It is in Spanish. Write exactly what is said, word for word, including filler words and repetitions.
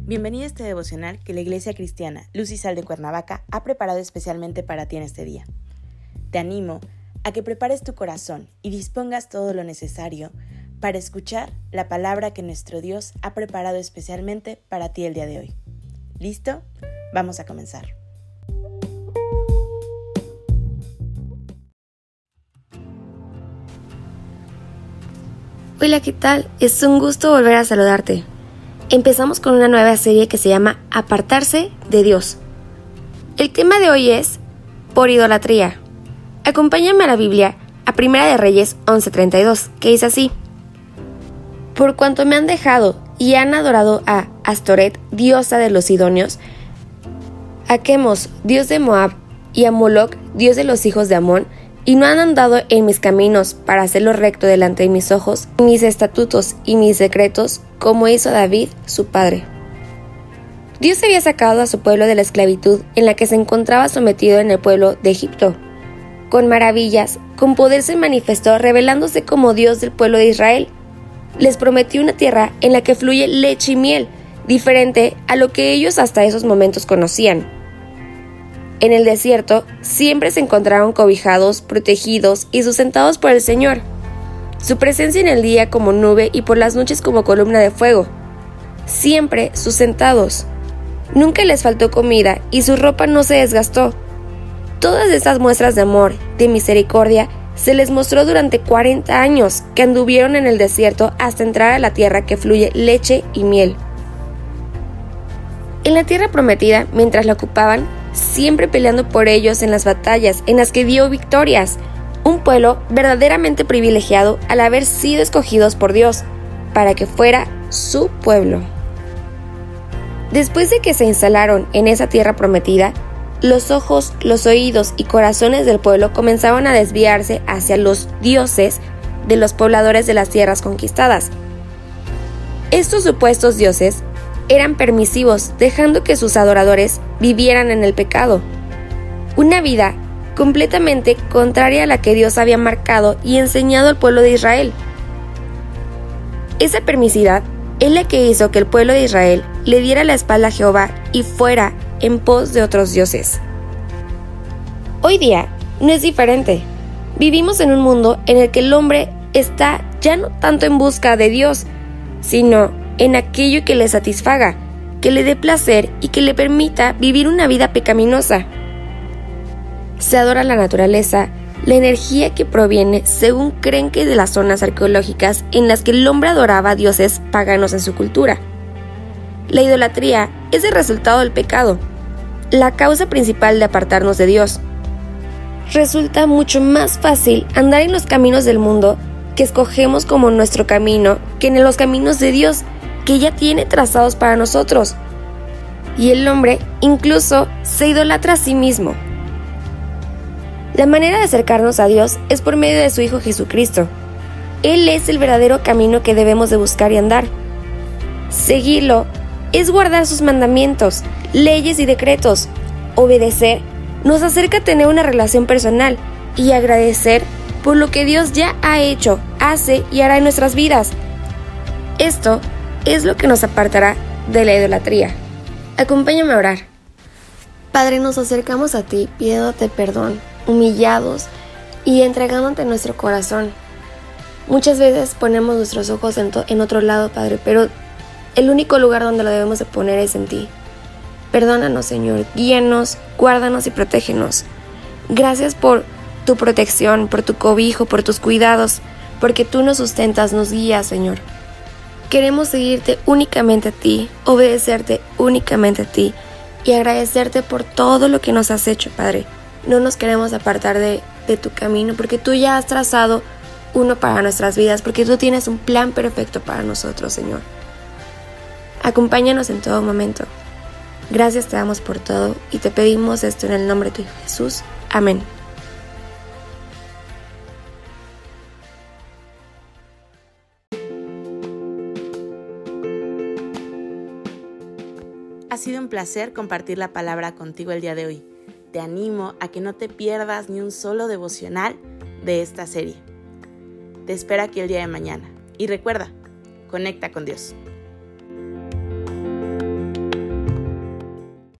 Bienvenido a este devocional que la Iglesia Cristiana Luz y Sal de Cuernavaca ha preparado especialmente para ti en este día. Te animo a que prepares tu corazón y dispongas todo lo necesario para escuchar la palabra que nuestro Dios ha preparado especialmente para ti el día de hoy. ¿Listo? Vamos a comenzar. Hola, ¿qué tal? Es un gusto volver a saludarte. Empezamos con una nueva serie que se llama Apartarse de Dios. El tema de hoy es por idolatría. Acompáñame a la Biblia, a Primera de Reyes once treinta y dos, que dice así: Por cuanto me han dejado y han adorado a Astoret, diosa de los sidonios, a Quemos, dios de Moab, y a Moloc, dios de los hijos de Amón, y no han andado en mis caminos para hacerlo recto delante de mis ojos, mis estatutos y mis decretos, como hizo David, su padre. Dios había sacado a su pueblo de la esclavitud en la que se encontraba sometido en el pueblo de Egipto. Con maravillas, con poder se manifestó revelándose como Dios del pueblo de Israel. Les prometió una tierra en la que fluye leche y miel, diferente a lo que ellos hasta esos momentos conocían. En el desierto siempre se encontraron cobijados, protegidos y sustentados por el Señor. Su presencia en el día como nube y por las noches como columna de fuego. Siempre sustentados. Nunca les faltó comida y su ropa no se desgastó. Todas estas muestras de amor, de misericordia, se les mostró durante cuarenta años que anduvieron en el desierto hasta entrar a la tierra que fluye leche y miel. En la tierra prometida, mientras la ocupaban, siempre peleando por ellos en las batallas en las que dio victorias, un pueblo verdaderamente privilegiado al haber sido escogidos por Dios, para que fuera su pueblo. Después de que se instalaron en esa tierra prometida, los ojos, los oídos y corazones del pueblo comenzaban a desviarse hacia los dioses de los pobladores de las tierras conquistadas. Estos supuestos dioses eran permisivos, dejando que sus adoradores vivieran en el pecado. Una vida completamente contraria a la que Dios había marcado y enseñado al pueblo de Israel. Esa permisividad es la que hizo que el pueblo de Israel le diera la espalda a Jehová y fuera en pos de otros dioses. Hoy día no es diferente. Vivimos en un mundo en el que el hombre está ya no tanto en busca de Dios, sino en aquello que le satisfaga, que le dé placer y que le permita vivir una vida pecaminosa. Se adora la naturaleza, la energía que proviene, según creen que de las zonas arqueológicas en las que el hombre adoraba a dioses paganos en su cultura. La idolatría es el resultado del pecado, la causa principal de apartarnos de Dios. Resulta mucho más fácil andar en los caminos del mundo que escogemos como nuestro camino que en los caminos de Dios, que ya tiene trazados para nosotros. Y el hombre incluso se idolatra a sí mismo. La manera de acercarnos a Dios es por medio de su Hijo Jesucristo. Él es el verdadero camino que debemos de buscar y andar. Seguirlo es guardar sus mandamientos, leyes y decretos. Obedecer nos acerca a tener una relación personal y agradecer por lo que Dios ya ha hecho, hace y hará en nuestras vidas. Esto es lo que nos apartará de la idolatría. Acompáñame a orar. Padre, nos acercamos a ti pidiéndote perdón, humillados y entregándote nuestro corazón. Muchas veces ponemos nuestros ojos en, to- en otro lado, Padre, pero el único lugar donde lo debemos de poner es en ti. Perdónanos, Señor, guíanos, guárdanos y protégenos. Gracias por tu protección, por tu cobijo, por tus cuidados, porque tú nos sustentas, nos guías, Señor. Queremos seguirte únicamente a ti, obedecerte únicamente a ti y agradecerte por todo lo que nos has hecho, Padre. No nos queremos apartar de, de tu camino porque tú ya has trazado uno para nuestras vidas, porque tú tienes un plan perfecto para nosotros, Señor. Acompáñanos en todo momento. Gracias te damos por todo y te pedimos esto en el nombre de tu Hijo Jesús. Amén. Ha sido un placer compartir la palabra contigo el día de hoy. Te animo a que no te pierdas ni un solo devocional de esta serie. Te espero aquí el día de mañana. Y recuerda, conecta con Dios.